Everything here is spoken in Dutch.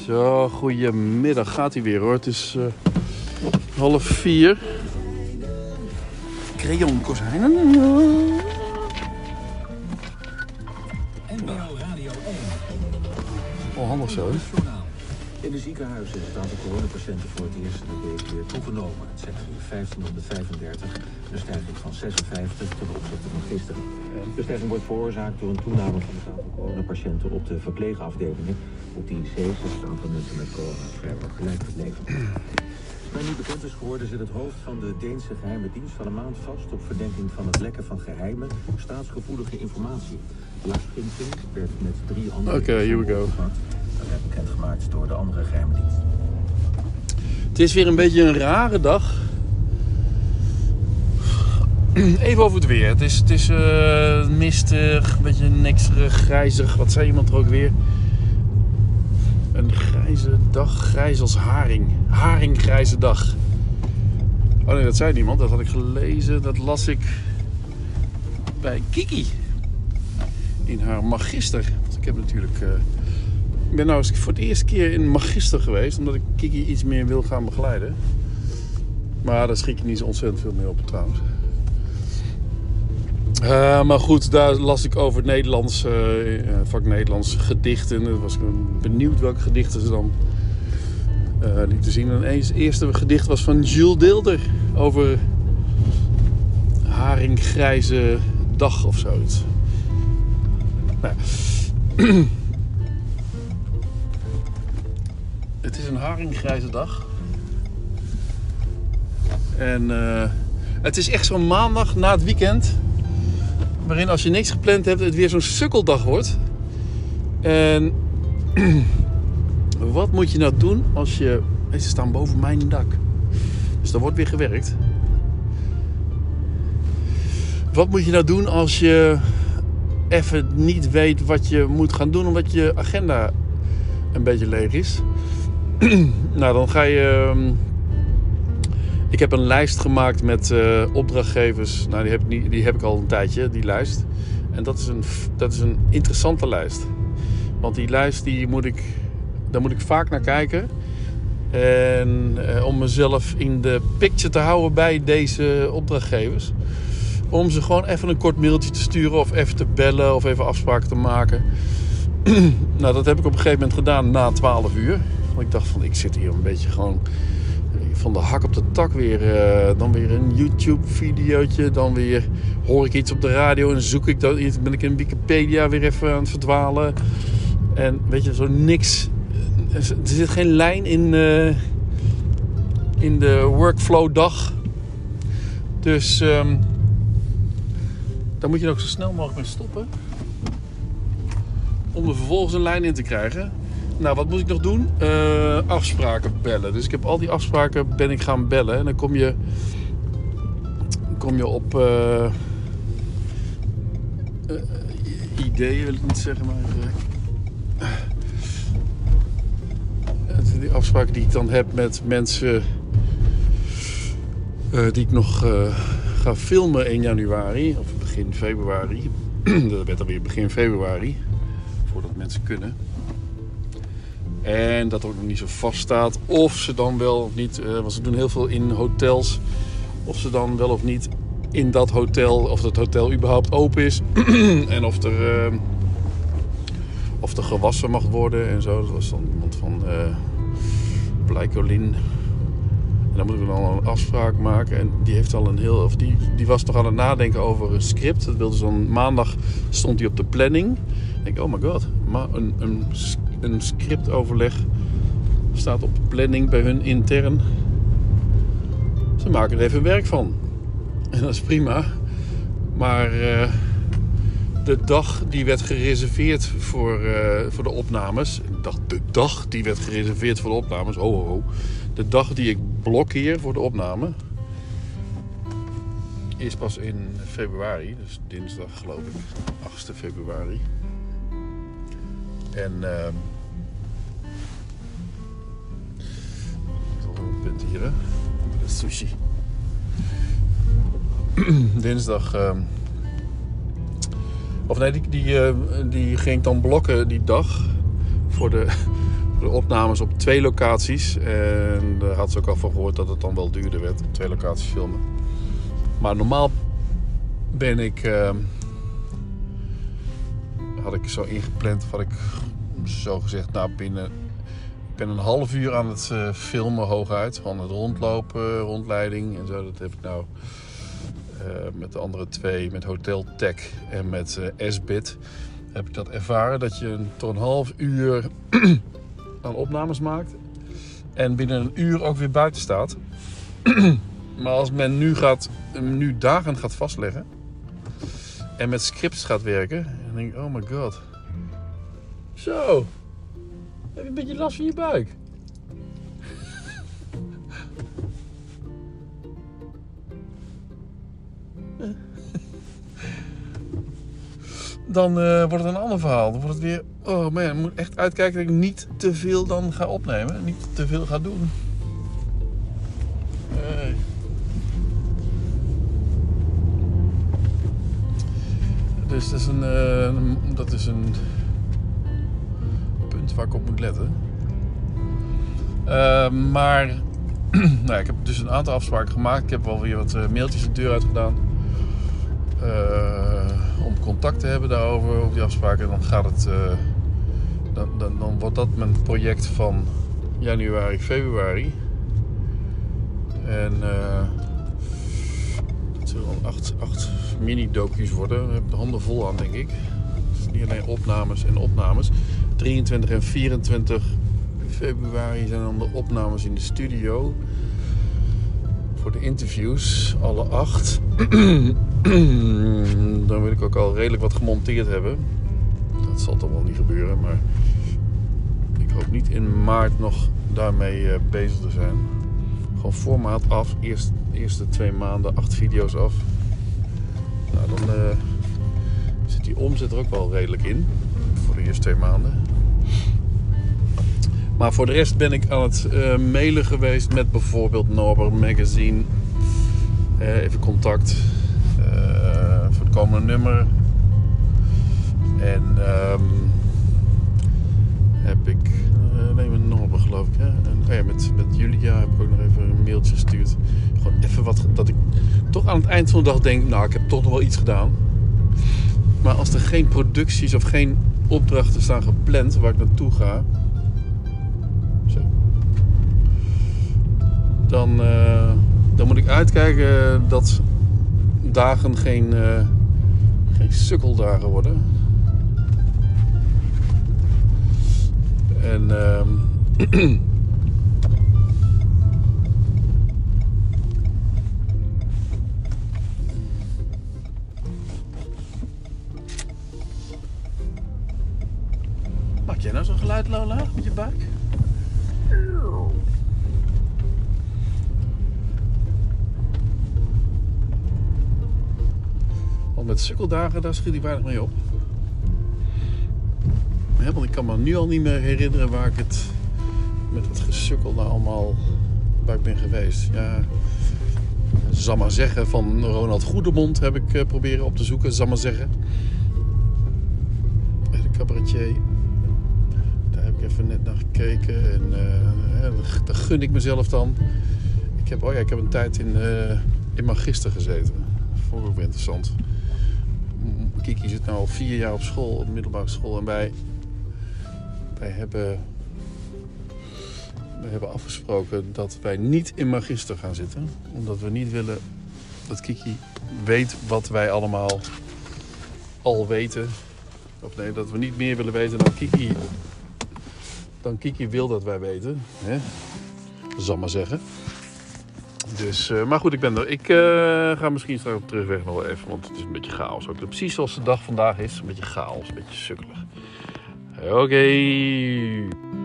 Zo, goedemiddag. Gaat hij weer hoor. Het is 3:30. Crayon kozijnen. Oh, handig zo. Hè? In de ziekenhuizen is het aantal coronapatiënten voor het eerst in de week weer toegenomen. Het zijn er nu 1535, een stijging van 56 ten opzichte van gisteren. De stijging wordt veroorzaakt door een toename van het aantal coronapatiënten op de verpleegafdelingen. Op de IC's is het aantal mensen met corona vrijwel gelijk gebleven. Maar nu bekend is geworden zit het hoofd van de Deense geheime dienst van een maand vast op verdenking van het lekken van geheime, staatsgevoelige informatie. Lars Ginting werd met 3 andere here we go. Dat werd bekendgemaakt door de andere geheime dienst. Het is weer een beetje een rare dag. Even over het weer. Het is mistig, een beetje nikserig, grijzig. Wat zei iemand er ook weer? Een grijze dag, grijs als haring. Haringgrijze dag. Oh nee, dat zei niemand. Dat had ik gelezen. Dat las ik bij Kiki. In haar magister. Want ik heb natuurlijk... Ik ben nou eens voor het eerste keer in magister geweest. Omdat ik Kiki iets meer wil gaan begeleiden. Maar daar schrik ik niet zo ontzettend veel mee op trouwens. Maar goed, daar las ik over het Nederlands, vak Nederlands gedichten. Ik was benieuwd welke gedichten ze dan lieten zien. En het eerste gedicht was van Jules Deelder over haringgrijze dag of zoiets. Nou, het is een haringgrijze dag. En het is echt zo'n maandag na het weekend. Waarin als je niks gepland hebt, het weer zo'n sukkeldag wordt. En wat moet je nou doen als je... Ze staan boven mijn dak. Dus daar wordt weer gewerkt. Wat moet je nou doen als je even niet weet wat je moet gaan doen, omdat je agenda een beetje leeg is? Nou, dan ga je... Ik heb een lijst gemaakt met opdrachtgevers. Nou, die heb ik al een tijdje, die lijst. En dat is een interessante lijst. Want die lijst, daar moet ik vaak naar kijken. En om mezelf in de picture te houden bij deze opdrachtgevers. Om ze gewoon even een kort mailtje te sturen of even te bellen of even afspraken te maken. Nou, dat heb ik op een gegeven moment gedaan na 12 uur. Want ik dacht van, ik zit hier een beetje gewoon... van de hak op de tak weer. Dan weer een YouTube-videootje. Dan weer hoor ik iets op de radio en zoek ik dat. Ben ik in Wikipedia weer even aan het verdwalen. En weet je, zo niks. Er zit geen lijn in de workflow-dag. Dus daar moet je ook zo snel mogelijk mee stoppen. Om er vervolgens een lijn in te krijgen. Nou, wat moet ik nog doen? Afspraken bellen. Dus ik heb al die afspraken ben ik gaan bellen. En dan kom je op ideeën, wil ik niet zeggen, maar die afspraken die ik dan heb met mensen die ik nog ga filmen in januari of begin februari. Dat werd alweer begin februari, voordat mensen kunnen. En dat ook nog niet zo vast staat of ze dan wel of niet, want ze doen heel veel in hotels, of ze dan wel of niet in dat hotel, of het hotel überhaupt open is en of er gewassen mag worden en zo. Dat was dan iemand van Blijkolin. En dan moeten we dan een afspraak maken en die heeft al die was toch aan het nadenken over een script. Dat wilde ze dan maandag, stond hij op de planning. Ik denk, oh my god, maar een scriptoverleg staat op de planning bij hun intern. Ze maken er even werk van. En dat is prima. Maar de dag die werd gereserveerd voor de opnames. Ik dacht, de dag die werd gereserveerd voor de opnames. De dag die ik blokkeer voor de opname is pas in februari. Dus dinsdag geloof ik. 8 februari. En een punt hier, hè? De sushi. Dinsdag. Of nee, die ging dan blokken die dag voor de opnames op 2 locaties. En daar had ze ook al van gehoord dat het dan wel duurder werd, 2 locaties filmen. Maar normaal ben ik... had ik zo ingepland, had ik zo gezegd, nou ik ben een half uur aan het filmen hooguit. Van het rondlopen, rondleiding en zo. Dat heb ik nou met de andere 2, met Hotel Tech en met S-Bit, heb ik dat ervaren. Dat je tot een half uur aan opnames maakt. En binnen een uur ook weer buiten staat. Maar als men nu dagen gaat vastleggen. En met scripts gaat werken. Dan denk ik, oh my god. Zo. Heb je een beetje last van je buik? Dan wordt het een ander verhaal. Dan wordt het weer... Oh man, ik moet echt uitkijken dat ik niet te veel dan ga opnemen. Niet te veel ga doen. Dus dat is een punt waar ik op moet letten. Maar nou, ik heb dus een aantal afspraken gemaakt. Ik heb wel weer wat mailtjes de deur uit gedaan. Om contact te hebben daarover, op die afspraken. Dan gaat het... Dan wordt dat mijn project van januari, februari. En dat zullen al 8 mini-docu's worden. Daar heb ik de handen vol aan, denk ik. Dus niet alleen opnames en opnames. 23 en 24 februari zijn dan de opnames in de studio. Voor de interviews, alle 8. Dan wil ik ook al redelijk wat gemonteerd hebben. Dat zal toch wel niet gebeuren, maar ik hoop niet in maart nog daarmee bezig te zijn. Gewoon formaat af, eerste 2 maanden 8 video's af. Nou, dan zit die omzet er ook wel redelijk in voor de eerste 2 maanden. Maar voor de rest ben ik aan het mailen geweest met bijvoorbeeld Norbert Magazine. Even contact voor het komende nummer. En heb ik... nee, met Norbert geloof ik. Hè? En ja, met Julia heb ik ook nog even een mailtje gestuurd. Gewoon even wat... Dat ik toch aan het eind van de dag denk... Nou, ik heb toch nog wel iets gedaan. Maar als er geen producties of geen opdrachten staan gepland waar ik naartoe ga... Zo. Dan moet ik uitkijken dat dagen geen sukkeldagen worden. En maak jij nou zo'n geluid, Lola, met je buik? Want met sukkeldagen, daar schiet ik weinig mee op. Ja, want ik kan me nu al niet meer herinneren waar ik het met het gesukkel nou allemaal waar ik ben geweest. Ja, zal maar zeggen, van Ronald Goedemond heb ik proberen op te zoeken, zal maar zeggen. De cabaretier. Daar heb ik even net naar gekeken en daar gun ik mezelf dan. Ik heb een tijd in Magister gezeten. Dat vond ik ook weer interessant. Kiki zit nu al 4 jaar op school, op de middelbare school. En wij hebben afgesproken dat wij niet in Magister gaan zitten. Omdat we niet willen dat Kiki weet wat wij allemaal al weten. Of nee, dat we niet meer willen weten dan Kiki wil dat wij weten. Hè? Zal maar zeggen. Dus, maar goed, ik ben er. Ik ga misschien straks op terugweg nog wel even, want het is een beetje chaos ook. Precies zoals de dag vandaag is, een beetje chaos, een beetje sukkelig. Oké.